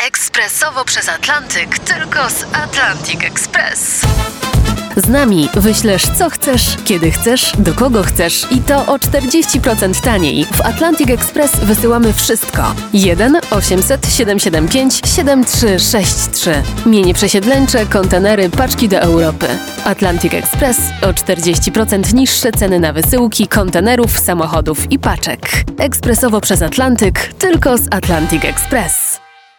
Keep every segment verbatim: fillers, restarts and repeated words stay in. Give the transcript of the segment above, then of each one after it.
Ekspresowo przez Atlantyk, tylko z Atlantic Express. Z nami wyślesz co chcesz, kiedy chcesz, do kogo chcesz i to o czterdzieści procent taniej. W Atlantic Express wysyłamy wszystko. jeden osiemset siedemset siedemdziesiąt pięć siedemdziesiąt trzy sześćdziesiąt trzy. Mienie przesiedleńcze, kontenery, paczki do Europy. Atlantic Express o czterdzieści procent niższe ceny na wysyłki, kontenerów, samochodów i paczek. Ekspresowo przez Atlantyk, tylko z Atlantic Express.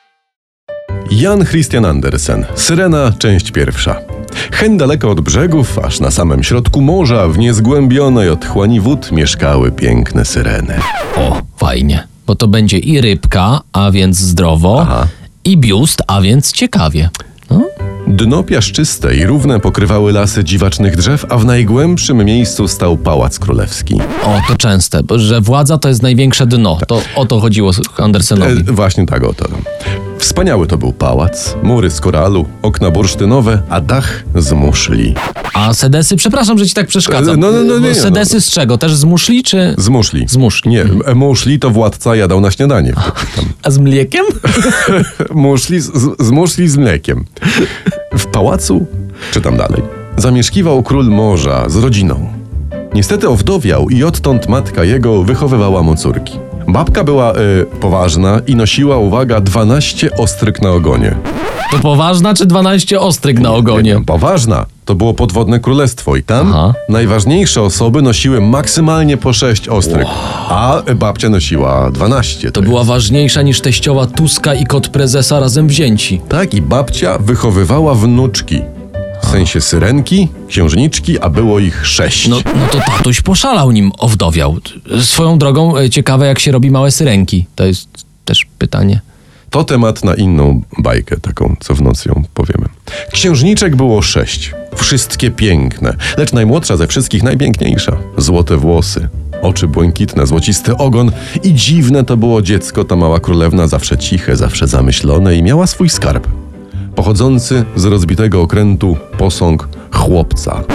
Jan Christian Andersen. Syrena, część pierwsza. Hen daleko od brzegów, aż na samym środku morza, w niezgłębionej otchłani wód mieszkały piękne syreny. O, fajnie, bo to będzie i rybka, a więc zdrowo, Aha. i biust, a więc ciekawie. No? Dno piaszczyste i równe pokrywały lasy dziwacznych drzew, a w najgłębszym miejscu stał pałac królewski. O, to częste, bo że władza to jest największe dno. To o to chodziło Andersenowi. E, właśnie tak oto. Wspaniały to był pałac, mury z koralu, okna bursztynowe, a dach z muszli. A sedesy, przepraszam, że ci tak przeszkadzam. No, no, no, nie, nie, sedesy no. z czego? Też z muszli, czy... Z muszli. Z muszli. Nie, e, muszli to władca jadał na śniadanie. Tam. A z mlekiem? muszli z, z muszli z mlekiem. W pałacu, czytam dalej, zamieszkiwał król morza z rodziną. Niestety owdowiał i odtąd matka jego wychowywała mu córki. Babka była y, poważna i nosiła, uwaga, dwanaście ostryg na ogonie. To poważna czy dwanaście ostryg na ogonie? Nie, poważna. To było podwodne królestwo i tam Aha. najważniejsze osoby nosiły maksymalnie po sześć ostryg, wow. a babcia nosiła dwanaście. To jest. była ważniejsza niż teściowa Tuska i kot prezesa razem wzięci. Tak, i babcia wychowywała wnuczki. W sensie syrenki, księżniczki, a było ich sześć. No, no to tatuś poszalał, nim owdowiał. Swoją drogą, e, ciekawe jak się robi małe syrenki. To jest też pytanie. To temat na inną bajkę, taką, co w nocy ją powiemy. Księżniczek było sześć. Wszystkie piękne, lecz najmłodsza ze wszystkich najpiękniejsza. Złote włosy, oczy błękitne, złocisty ogon i dziwne to było dziecko, ta mała królewna, zawsze ciche, zawsze zamyślone i miała swój skarb. Pochodzący z rozbitego okrętu posąg chłopca.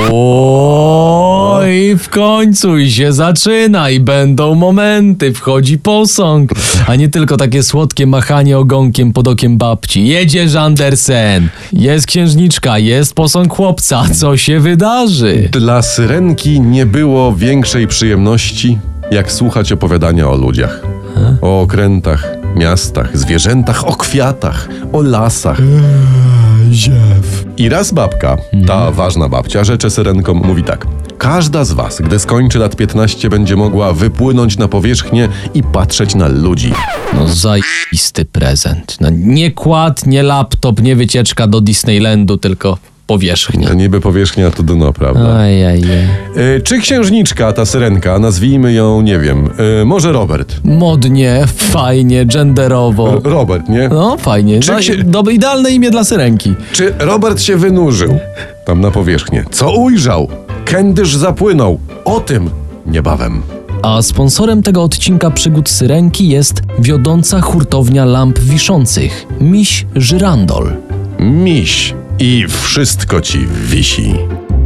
O, i w końcu i się zaczyna i będą momenty, wchodzi posąg, a nie tylko takie słodkie machanie ogonkiem pod okiem babci. Jedziesz, Andersen, jest księżniczka, jest posąg chłopca, co się wydarzy? Dla syrenki nie było większej przyjemności, jak słuchać opowiadania o ludziach. O okrętach, miastach, zwierzętach, o kwiatach, o lasach. Ziew. I raz babka, ta ważna babcia, rzecze syrenkom, mówi tak. Każda z was, gdy skończy lat piętnaście, będzie mogła wypłynąć na powierzchnię i patrzeć na ludzi. No zajisty prezent. No, nie kład, nie laptop, nie wycieczka do Disneylandu, tylko powierzchnia. No, niby powierzchnia to dno, prawda? Ajajaj. Y, czy księżniczka, ta syrenka, nazwijmy ją, nie wiem, y, może Robert? Modnie, fajnie, genderowo. R- Robert, nie? No, fajnie. Czy No, księ- dobre, idealne imię dla syrenki. Czy Robert się wynurzył tam na powierzchnię? Co ujrzał? Kędyż zapłynął? O tym niebawem. A sponsorem tego odcinka Przygód Syrenki jest wiodąca hurtownia lamp wiszących, Miś Żyrandol. Miś i wszystko ci wisi.